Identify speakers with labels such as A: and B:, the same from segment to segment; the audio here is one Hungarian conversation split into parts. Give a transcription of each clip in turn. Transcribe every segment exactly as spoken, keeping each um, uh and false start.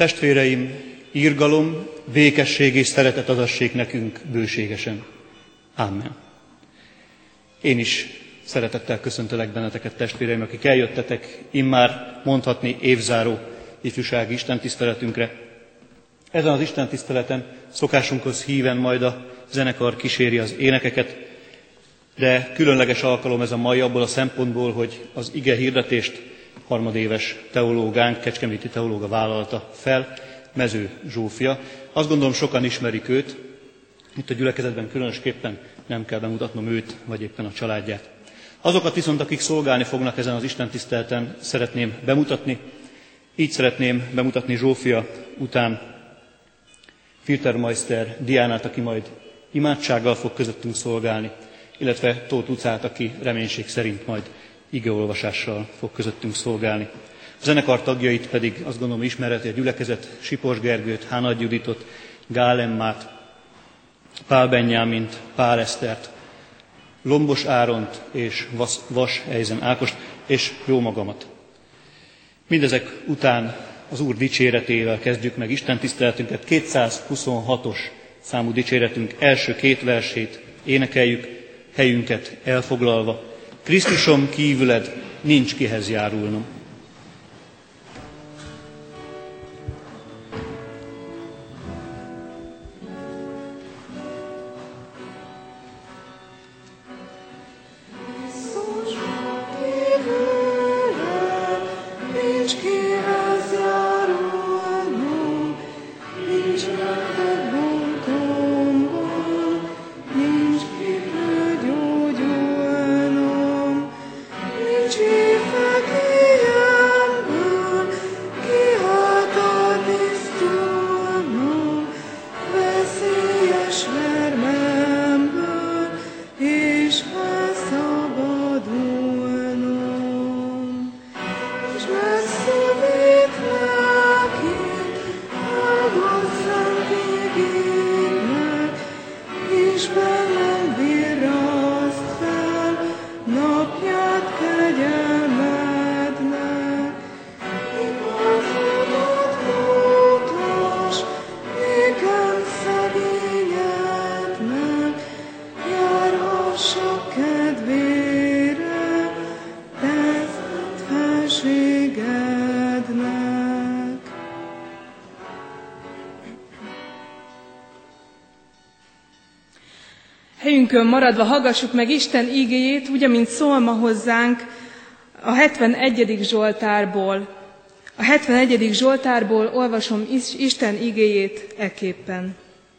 A: Testvéreim, irgalom, békesség és szeretet adassék nekünk bőségesen. Amen. Én is szeretettel köszöntelek benneteket, testvéreim, akik eljöttetek immár mondhatni évzáró ifjúsági istentiszteletünkre. Ezen az istentiszteleten szokásunkhoz híven majd a zenekar kíséri az énekeket, de különleges alkalom ez a mai abból a szempontból, hogy az ige hirdetést harmadéves teológánk, kecskeméti teológa vállalta fel, Mező Zsófia. Azt gondolom, sokan ismerik őt, itt a gyülekezetben különösképpen nem kell bemutatnom őt, vagy éppen a családját. Azokat viszont, akik szolgálni fognak ezen az istentiszteleten, szeretném bemutatni. Így szeretném bemutatni Zsófia után Filtermeister Diánát, aki majd imádsággal fog közöttünk szolgálni, illetve Tóth Lucát, aki reménység szerint majd igeolvasással fog közöttünk szolgálni. A zenekar tagjait pedig azt gondolom ismerheti a gyülekezet: Sipos Gergőt, Hánad Juditot, Gál Emmát, Pál Benyámint, Pál Esztert, Lombos Áront és Vas, Vas Ejzen Ákost, és jó magamat. Mindezek után az Úr dicséretével kezdjük meg istentiszteletünket. kétszázhuszonhatos számú dicséretünk első két versét énekeljük, helyünket elfoglalva. Krisztusom, kívüled nincs kihez járulnom.
B: Helyünkön maradva hallgassuk meg Isten ígéjét, úgy, amint szól ma hozzánk a hetvenegyedik Zsoltárból. A hetvenegyedik Zsoltárból olvasom Isten ígéjét ekképpen.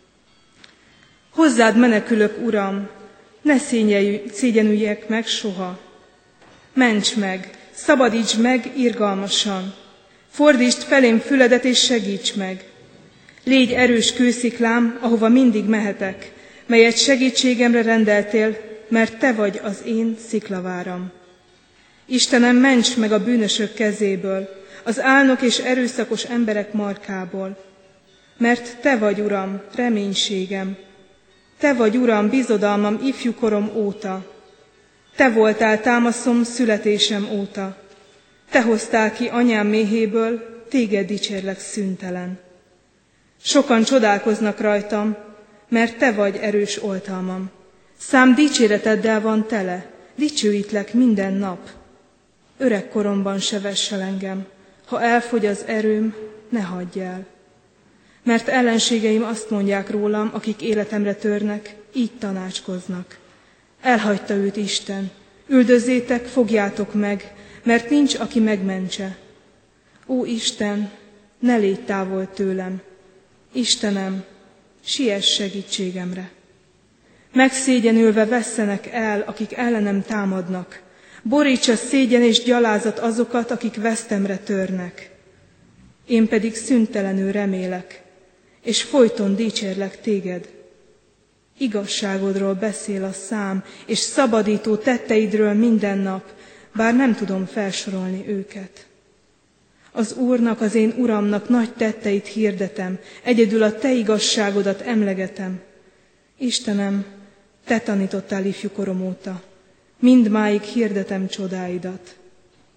B: Hozzád menekülök, Uram, ne szégyenüljek meg soha. Ments meg, szabadíts meg irgalmasan. Fordítsd felém füledet és segíts meg. Légy erős kősziklám, ahova mindig mehetek, melyet segítségemre rendeltél, mert te vagy az én sziklaváram. Istenem, ments meg a bűnösök kezéből, az álnok és erőszakos emberek markából. Mert te vagy, Uram, reménységem. Te vagy, Uram, bizodalmam ifjúkorom óta. Te voltál támaszom születésem óta. Te hoztál ki anyám méhéből, téged dicsérlek szüntelen. Sokan csodálkoznak rajtam, mert te vagy erős oltalmam. Szám dicséreteddel van tele, dicsőítlek minden nap. Öregkoromban se vess el engem, ha elfogy az erőm, ne hagyj el. Mert ellenségeim azt mondják rólam, akik életemre törnek, így tanácskoznak. Elhagyta őt Isten, üldözzétek, fogjátok meg, mert nincs, aki megmentse. Ó Isten, ne légy távol tőlem. Istenem, siess segítségemre. Megszégyenülve vesszenek el, akik ellenem támadnak. Borítsa szégyen és gyalázat azokat, akik vesztemre törnek. Én pedig szüntelenül remélek, és folyton dicsérlek téged. Igazságodról beszél a szám, és szabadító tetteidről minden nap, bár nem tudom felsorolni őket. Az Úrnak, az én Uramnak nagy tetteit hirdetem, egyedül a te igazságodat emlegetem. Istenem, te tanítottál ifjúkorom óta, mindmáig hirdetem csodáidat.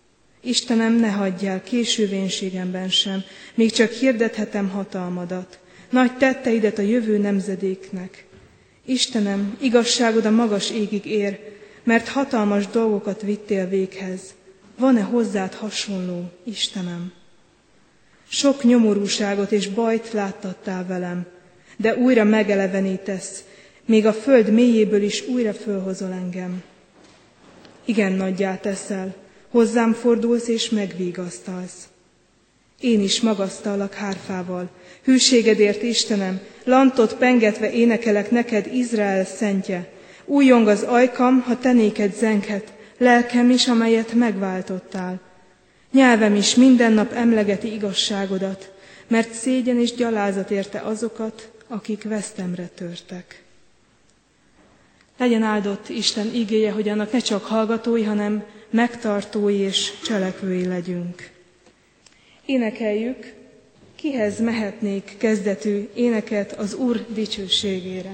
B: Istenem, ne hagyjál késő vénségemben sem, még csak hirdethetem hatalmadat, nagy tetteidet a jövő nemzedéknek. Istenem, igazságod a magas égig ér, mert hatalmas dolgokat vittél véghez. Van-e hozzád hasonló, Istenem? Sok nyomorúságot és bajt láttattál velem, de újra megelevenítesz, még a föld mélyéből is újra fölhozol engem. Igen nagyjá teszel, hozzám fordulsz és megvigasztalsz. Én is magasztallak hárfával, hűségedért, Istenem, lantot pengetve énekelek neked, Izrael szentje. Újjong az ajkam, ha te néked zenghet, lelkem is, amelyet megváltottál. Nyelvem is minden nap emlegeti igazságodat, mert szégyen és gyalázat érte azokat, akik vesztemre törtek. Legyen áldott Isten igéje, hogy annak ne csak hallgatói, hanem megtartói és cselekvői legyünk. Énekeljük, kihez mehetnék kezdetű éneket az Úr dicsőségére.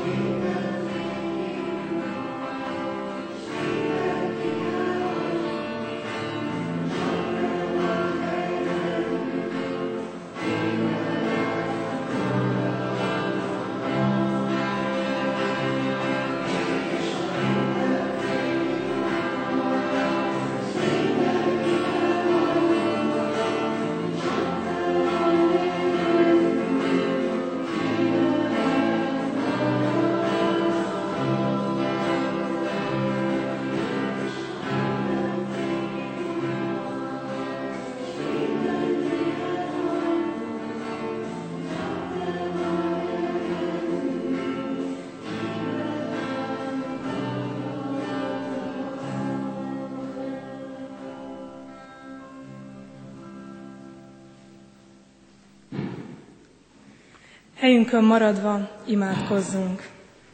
B: Helyünkön maradva imádkozzunk.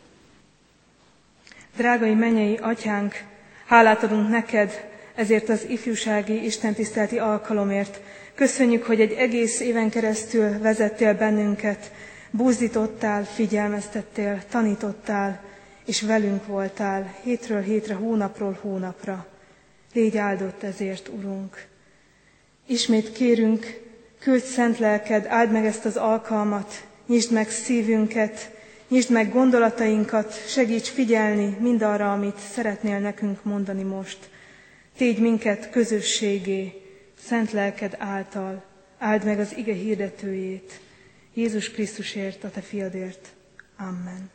B: Drágai mennyei Atyánk, hálát adunk neked ezért az ifjúsági istentiszteleti alkalomért. Köszönjük, hogy egy egész éven keresztül vezettél bennünket, buzdítottál, figyelmeztettél, tanítottál, és velünk voltál hétről hétre, hónapról hónapra. Légy áldott ezért, Urunk! Ismét kérünk, küldj szent lelked, áld meg ezt az alkalmat, nyisd meg szívünket, nyisd meg gondolatainkat, segíts figyelni mindarra, amit szeretnél nekünk mondani most. Tégy minket közösségé, szent lelked által, áld meg az ige hirdetőjét, Jézus Krisztusért, a te fiadért. Amen.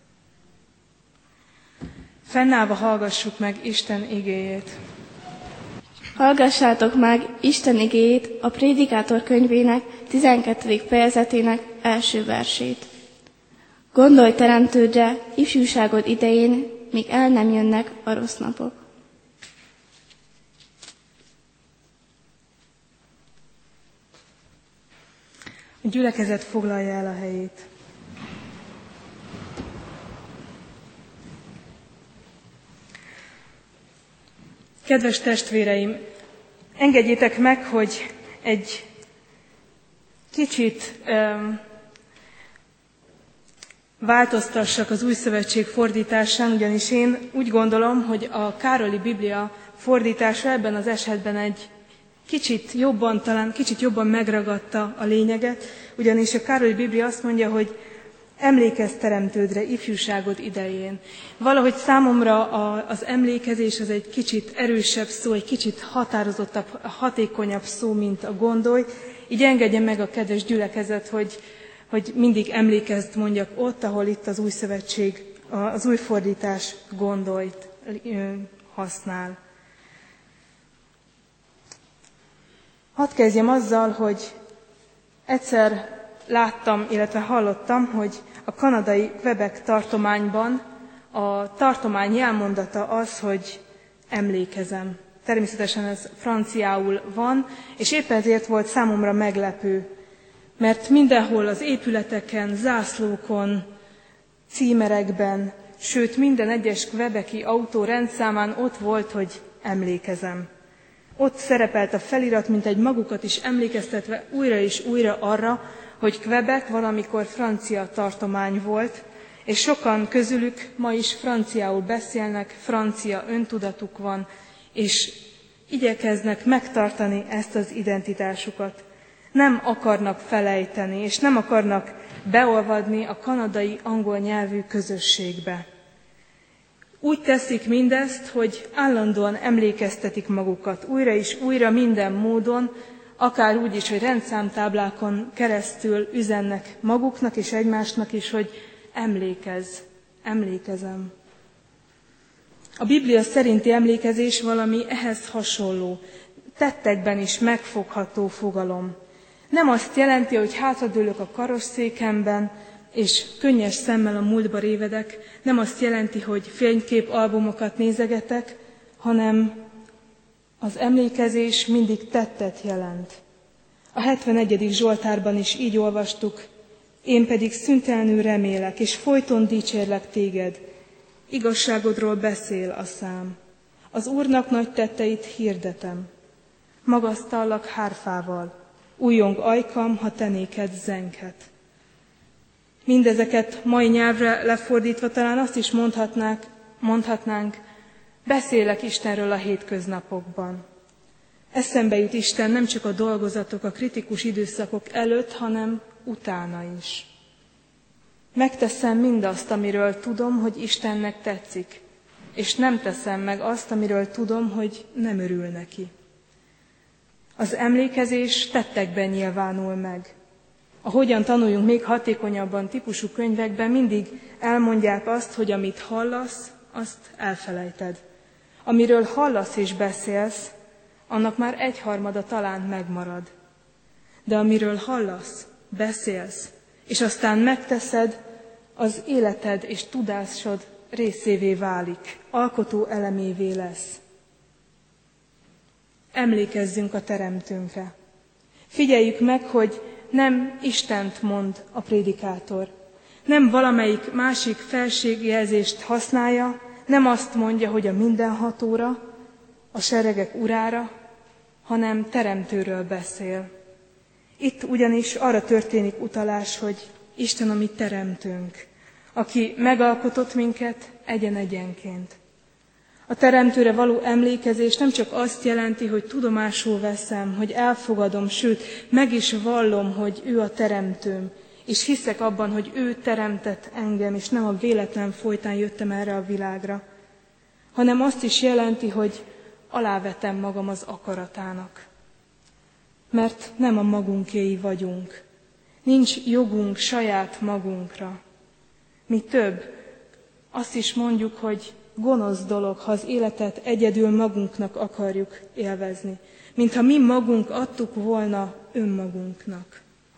B: Fennállva hallgassuk meg Isten igéjét.
C: Hallgassátok meg Isten igéjét a Prédikátor könyvének tizenkettedik fejezetének első versét. Gondolj teremtődre ifjúságod idején, míg el nem jönnek a rossz napok.
B: A gyülekezet foglalja el a helyét. Kedves testvéreim, engedjétek meg, hogy egy kicsit um, változtassak az Új Szövetség fordításán, ugyanis én úgy gondolom, hogy a Károli Biblia fordítása ebben az esetben egy kicsit jobban, talán kicsit jobban megragadta a lényeget, ugyanis a Károli Biblia azt mondja, hogy emlékezz teremtődre ifjúságod idején. Valahogy számomra a, az emlékezés az egy kicsit erősebb szó, egy kicsit határozottabb, hatékonyabb szó, mint a gondolj. Így engedje meg a kedves gyülekezet, hogy, hogy mindig emlékezd mondjak ott, ahol itt az Új Szövetség, az új fordítás gondoljt használ. Hadd kezdjem azzal, hogy egyszer láttam, illetve hallottam, hogy a kanadai Quebec tartományban a tartomány jelmondata az, hogy emlékezem. Természetesen ez franciául van, és éppen ezért volt számomra meglepő, mert mindenhol az épületeken, zászlókon, címerekben, sőt minden egyes quebeci autó rendszámán ott volt, hogy emlékezem. Ott szerepelt a felirat, mint egy magukat is emlékeztetve újra és újra arra, hogy Quebec valamikor francia tartomány volt, és sokan közülük ma is franciául beszélnek, francia öntudatuk van, és igyekeznek megtartani ezt az identitásukat. Nem akarnak felejteni, és nem akarnak beolvadni a kanadai angol nyelvű közösségbe. Úgy teszik mindezt, hogy állandóan emlékeztetik magukat újra és újra minden módon, akár úgy is, hogy rendszámtáblákon keresztül üzennek maguknak és egymásnak is, hogy emlékezz, emlékezem. A Biblia szerinti emlékezés valami ehhez hasonló, tettekben is megfogható fogalom. Nem azt jelenti, hogy hátradőlök a karosszékemben, és könnyes szemmel a múltba révedek, nem azt jelenti, hogy fényképalbumokat nézegetek, hanem az emlékezés mindig tettet jelent. A hetvenegyedik Zsoltárban is így olvastuk, én pedig szüntelenül remélek, és folyton dicsérlek téged. Igazságodról beszél a szám. Az Úrnak nagy tetteit hirdetem. Magasztallak hárfával, újjong ajkam, ha te néked zenket. Mindezeket mai nyelvre lefordítva talán azt is mondhatnánk, mondhatnánk, beszélek Istenről a hétköznapokban. Eszembe jut Isten nem csak a dolgozatok, a kritikus időszakok előtt, hanem utána is. Megteszem mindazt, amiről tudom, hogy Istennek tetszik, és nem teszem meg azt, amiről tudom, hogy nem örül neki. Az emlékezés tettekben nyilvánul meg. A Hogyan tanuljunk még hatékonyabban típusú könyvekben mindig elmondják azt, hogy amit hallasz, azt elfelejted. Amiről hallasz és beszélsz, annak már egyharmada talán megmarad. De amiről hallasz, beszélsz, és aztán megteszed, az életed és tudásod részévé válik, alkotó elemévé lesz. Emlékezzünk a Teremtőnkre. Figyeljük meg, hogy nem Istent mond a prédikátor. Nem valamelyik másik felségjelzést használja, nem azt mondja, hogy a mindenhatóra, a seregek urára, hanem Teremtőről beszél. Itt ugyanis arra történik utalás, hogy Isten a mi Teremtőnk, aki megalkotott minket egyen-egyenként. A Teremtőre való emlékezés nem csak azt jelenti, hogy tudomásul veszem, hogy elfogadom, sőt, meg is vallom, hogy ő a Teremtőm, és hiszek abban, hogy ő teremtett engem, és nem a véletlen folytán jöttem erre a világra, hanem azt is jelenti, hogy alávetem magam az akaratának. Mert nem a magunkéi vagyunk. Nincs jogunk saját magunkra. Mi több, azt is mondjuk, hogy gonosz dolog, ha az életet egyedül magunknak akarjuk élvezni, mintha mi magunk adtuk volna önmagunknak.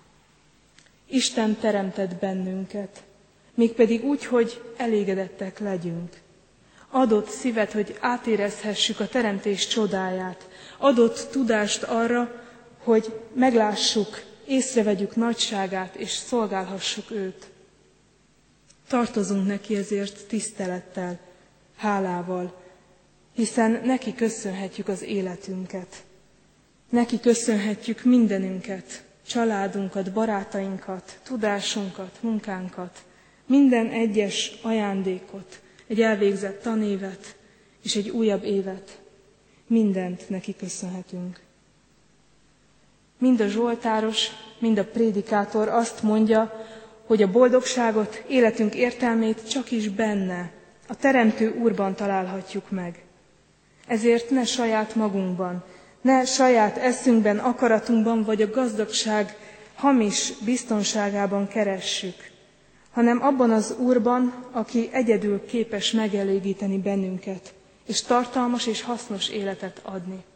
B: Isten teremtett bennünket, mégpedig úgy, hogy elégedettek legyünk. Adott szívet, hogy átérezhessük a teremtés csodáját. Adott tudást arra, hogy meglássuk, észrevegyük nagyságát, és szolgálhassuk őt. Tartozunk neki ezért tisztelettel, hálával, hiszen neki köszönhetjük az életünket. Neki köszönhetjük mindenünket, családunkat, barátainkat, tudásunkat, munkánkat, minden egyes ajándékot, egy elvégzett tanévet és egy újabb évet. Mindent neki köszönhetünk. Mind a zsoltáros, mind a prédikátor azt mondja, hogy a boldogságot, életünk értelmét csak is benne, a Teremtő Úrban találhatjuk meg. Ezért ne saját magunkban, ne saját eszünkben, akaratunkban vagy a gazdagság hamis biztonságában keressük, hanem abban az Úrban, aki egyedül képes megelégíteni bennünket, és tartalmas és hasznos életet adni.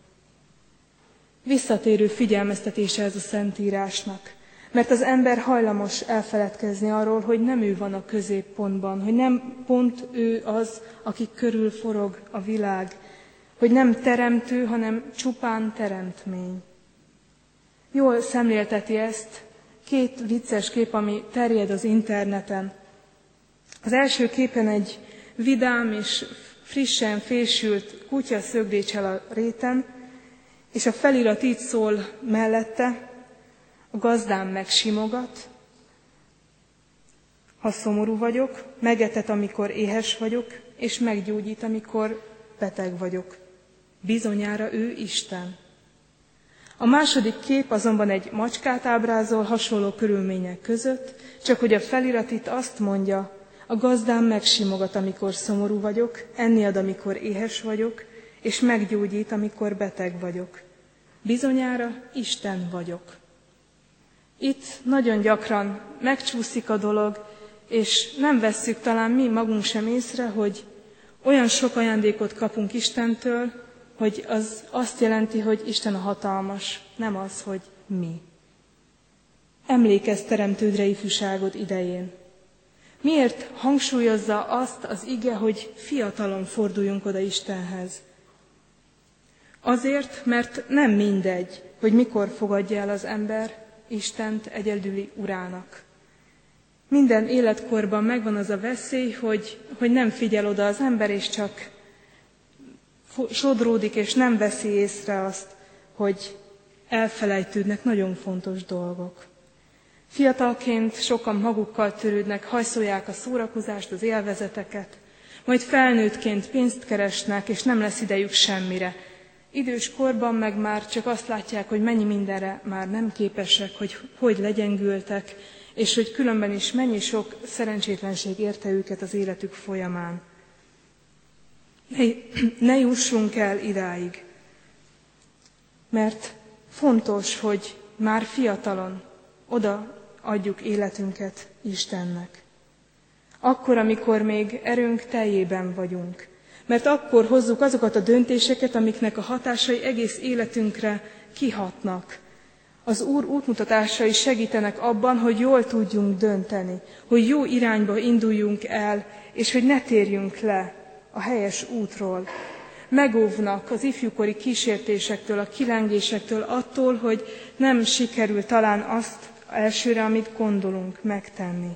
B: Visszatérő figyelmeztetése ez a Szentírásnak, mert az ember hajlamos elfeledkezni arról, hogy nem ő van a középpontban, hogy nem pont ő az, aki körül forog a világ, hogy nem teremtő, hanem csupán teremtmény. Jól szemlélteti ezt két vicces kép, ami terjed az interneten. Az első képen egy vidám és frissen fésült kutya szögdécsel a réten, és a felirat így szól mellette: a gazdám megsimogat, ha szomorú vagyok, megetet, amikor éhes vagyok, és meggyógyít, amikor beteg vagyok. Bizonyára ő Isten. A második kép azonban egy macskát ábrázol hasonló körülmények között, csak hogy a felirat itt azt mondja: a gazdám megsimogat, amikor szomorú vagyok, enni ad, amikor éhes vagyok, és meggyógyít, amikor beteg vagyok. Bizonyára Isten vagyok. Itt nagyon gyakran megcsúszik a dolog, és nem vesszük talán mi magunk sem észre, hogy olyan sok ajándékot kapunk Istentől, hogy az azt jelenti, hogy Isten a hatalmas, nem az, hogy mi. Emlékezz teremtődre ifjúságod idején. Miért hangsúlyozza azt az ige, hogy fiatalon forduljunk oda Istenhez? Azért, mert nem mindegy, hogy mikor fogadja el az ember Istent egyedüli urának. Minden életkorban megvan az a veszély, hogy, hogy nem figyel oda az ember, és csak sodródik, és nem veszi észre azt, hogy elfelejtődnek nagyon fontos dolgok. Fiatalként sokan magukkal törődnek, hajszolják a szórakozást, az élvezeteket, majd felnőttként pénzt keresnek, és nem lesz idejük semmire. Idős korban meg már csak azt látják, hogy mennyi mindenre már nem képesek, hogy hogy legyengültek, és hogy különben is mennyi sok szerencsétlenség érte őket az életük folyamán. Ne, ne jussunk el idáig, mert fontos, hogy már fiatalon oda adjuk életünket Istennek. Akkor, amikor még erőnk teljében vagyunk. Mert akkor hozzuk azokat a döntéseket, amiknek a hatásai egész életünkre kihatnak. Az Úr útmutatásai segítenek abban, hogy jól tudjunk dönteni, hogy jó irányba induljunk el, és hogy ne térjünk le a helyes útról. Megóvnak az ifjúkori kísértésektől, a kilengésektől, attól, hogy nem sikerül talán azt elsőre, amit gondolunk, megtenni.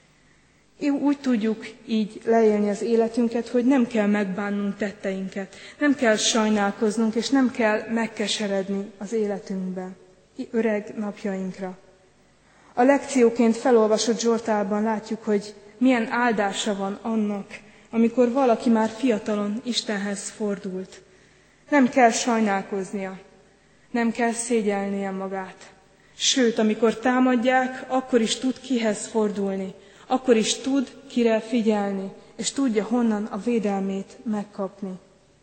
B: Úgy tudjuk így leélni az életünket, hogy nem kell megbánnunk tetteinket, nem kell sajnálkoznunk, és nem kell megkeseredni az életünkbe, öreg napjainkra. A lekcióként felolvasott Zsoltárban látjuk, hogy milyen áldása van annak, amikor valaki már fiatalon Istenhez fordult. Nem kell sajnálkoznia, nem kell szégyelnie magát. Sőt, amikor támadják, akkor is tud kihez fordulni, akkor is tud kire figyelni, és tudja honnan a védelmét megkapni.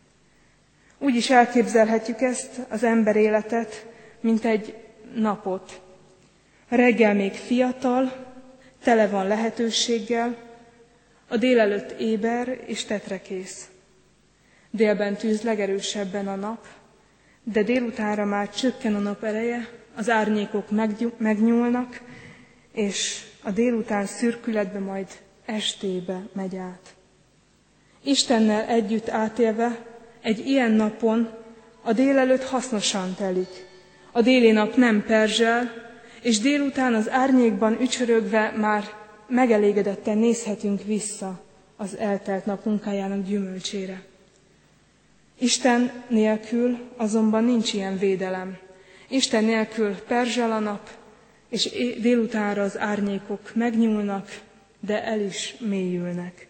B: Úgy is elképzelhetjük ezt az ember életet, mint egy napot. A reggel még fiatal, tele van lehetőséggel, a délelőtt éber és tetrekész. Délben tűz legerősebben a nap, de délutánra már csökken a nap ereje, az árnyékok megnyúlnak, és a délután szürkületbe majd estébe megy át. Istennel együtt átélve egy ilyen napon a délelőtt hasznosan telik. A déli nap nem perzsel, és délután az árnyékban ücsörögve már megelégedetten nézhetünk vissza az eltelt nap munkájának gyümölcsére. Isten nélkül azonban nincs ilyen védelem. Isten nélkül perzsel a nap, és délutánra az árnyékok megnyúlnak, de el is mélyülnek.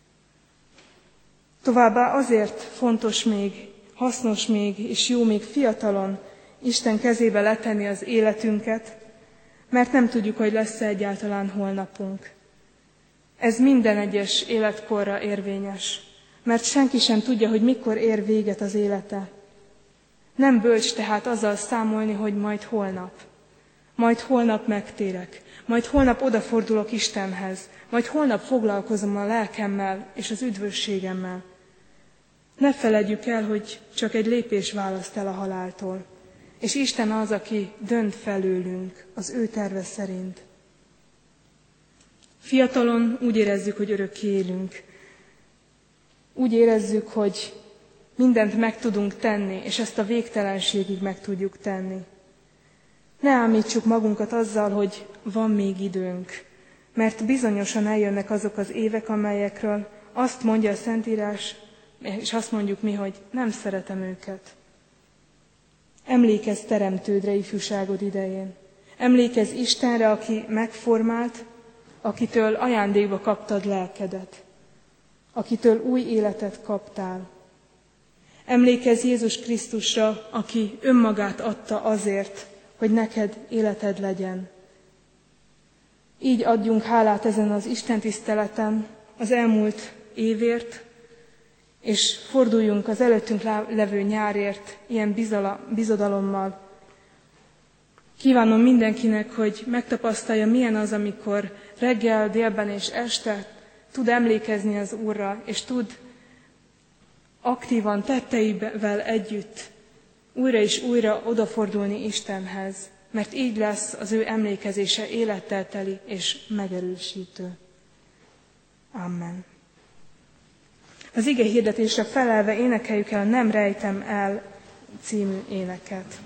B: Továbbá azért fontos még, hasznos még, és jó még fiatalon Isten kezébe letenni az életünket, mert nem tudjuk, hogy lesz-e egyáltalán holnapunk. Ez minden egyes életkorra érvényes, mert senki sem tudja, hogy mikor ér véget az élete. Nem bölcs tehát azzal számolni, hogy majd holnap. Majd holnap megtérek, majd holnap odafordulok Istenhez, majd holnap foglalkozom a lelkemmel és az üdvösségemmel. Ne feledjük el, hogy csak egy lépés választ el a haláltól, és Isten az, aki dönt felőlünk az ő terve szerint. Fiatalon úgy érezzük, hogy örökké élünk. Úgy érezzük, hogy mindent meg tudunk tenni, és ezt a végtelenségig meg tudjuk tenni. Ne ámítsuk magunkat azzal, hogy van még időnk, mert bizonyosan eljönnek azok az évek, amelyekről azt mondja a Szentírás, és azt mondjuk mi, hogy nem szeretem őket. Emlékezz teremtődre ifjúságod idején. Emlékezz Istenre, aki megformált, akitől ajándékba kaptad lelkedet, akitől új életet kaptál. Emlékezz Jézus Krisztusra, aki önmagát adta azért, hogy neked életed legyen. Így adjunk hálát ezen az istentiszteleten az elmúlt évért, és forduljunk az előttünk levő nyárért ilyen bizodalommal. Kívánom mindenkinek, hogy megtapasztalja, milyen az, amikor reggel, délben és este tud emlékezni az Úrra, és tud aktívan tetteivel együtt újra és újra odafordulni Istenhez, mert így lesz az ő emlékezése élettel teli és megerősítő. Amen. Az ige hirdetésre felelve énekeljük el a Nem rejtem el című éneket.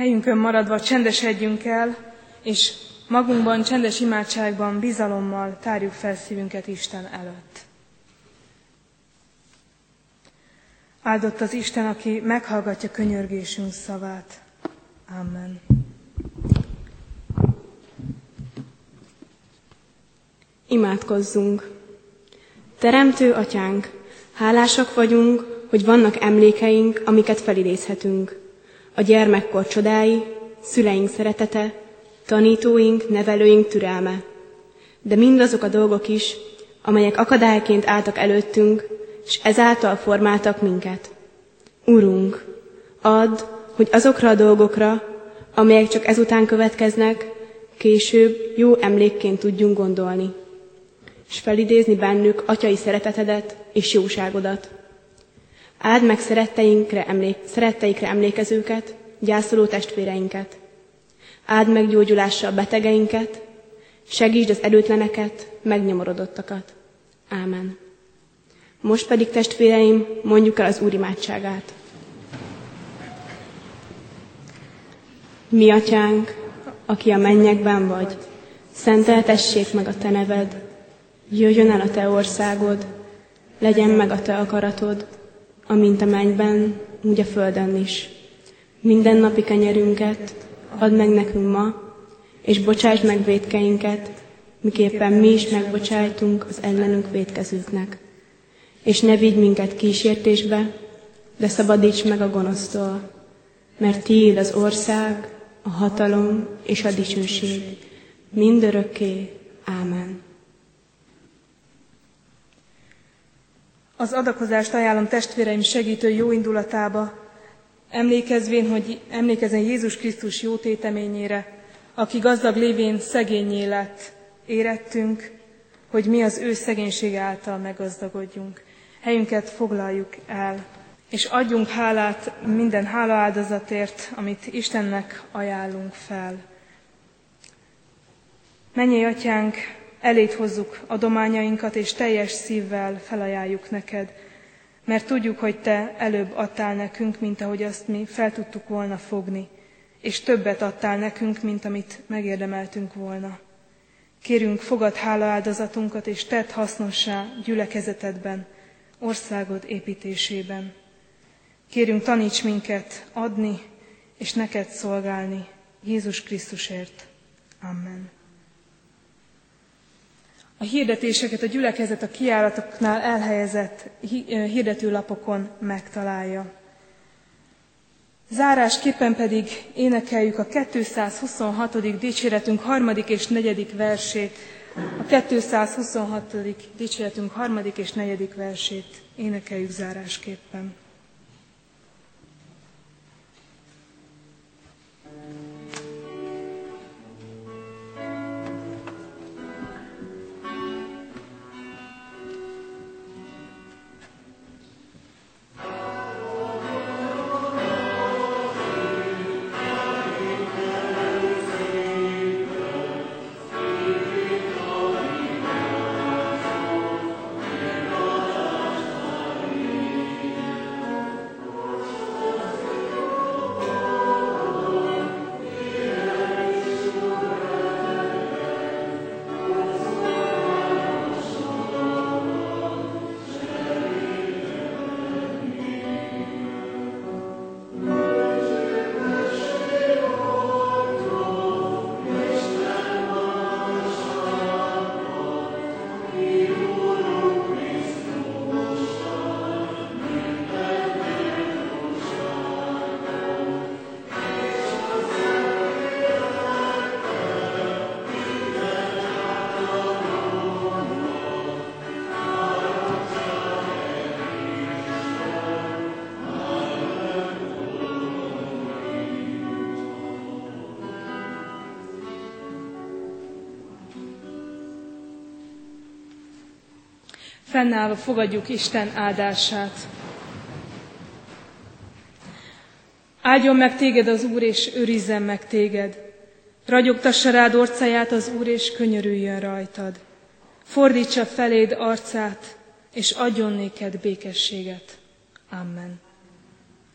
B: Helyünkön maradva csendesedjünk el, és magunkban, csendes imádságban, bizalommal tárjuk fel szívünket Isten előtt. Áldott az Isten, aki meghallgatja könyörgésünk szavát. Amen.
D: Imádkozzunk! Teremtő Atyánk, hálásak vagyunk, hogy vannak emlékeink, amiket felidézhetünk. A gyermekkor csodái, szüleink szeretete, tanítóink, nevelőink türelme. De mindazok a dolgok is, amelyek akadályként álltak előttünk, és ezáltal formáltak minket. Urunk, add, hogy azokra a dolgokra, amelyek csak ezután következnek, később jó emlékként tudjunk gondolni, és felidézni bennük atyai szeretetedet és jóságodat. Áld meg szeretteinkre, emlék, szeretteikre emlékezőket, gyászoló testvéreinket. Áld meg gyógyulással betegeinket, segítsd az erőtleneket, megnyomorodottakat. Ámen. Most pedig, testvéreim, mondjuk el az Úr imádságát. Mi atyánk, aki a mennyekben vagy, szenteltessék meg a te neved, jöjjön el a te országod, legyen meg a te akaratod, amint a mennyben, úgy a földön is. Minden napi kenyerünket add meg nekünk ma, és bocsásd meg vétkeinket, miképpen mi is megbocsájtunk az ellenünk vétkezőknek. És ne vigy minket kísértésbe, de szabadíts meg a gonosztól, mert tiéd az ország, a hatalom és a dicsőség, mindörökké. Ámen.
B: Az adakozást ajánlom testvéreim segítő jó indulatába, emlékezvén, hogy emlékezzen Jézus Krisztus jó téteményére, aki gazdag lévén szegénnyé lett, érettünk, hogy mi az ő szegénysége által meggazdagodjunk. Helyünket foglaljuk el, és adjunk hálát minden hálaáldozatért, amit Istennek ajánlunk fel. Mennyei Atyánk, eléd hozzuk adományainkat, és teljes szívvel felajánljuk neked, mert tudjuk, hogy te előbb adtál nekünk, mint ahogy azt mi fel tudtuk volna fogni, és többet adtál nekünk, mint amit megérdemeltünk volna. Kérünk, fogad hálaaldozatunkat, és tedd hasznossá gyülekezetedben, országod építésében. Kérünk, taníts minket adni, és neked szolgálni Jézus Krisztusért. Amen. A hirdetéseket a gyülekezet a kijáratoknál elhelyezett hirdetőlapokon megtalálja. Zárásképpen pedig énekeljük a kétszázhuszonhatodik dicséretünk harmadik és negyedik versét. A kétszázhuszonhatodik dicséretünk harmadik és negyedik versét énekeljük zárásképpen. Fennállva fogadjuk Isten áldását. Áldjon meg téged az Úr, és őrizzen meg téged. Ragyogtassa rád orcáját az Úr, és könyörüljön rajtad. Fordítsa feléd arcát, és adjon néked békességet. Amen.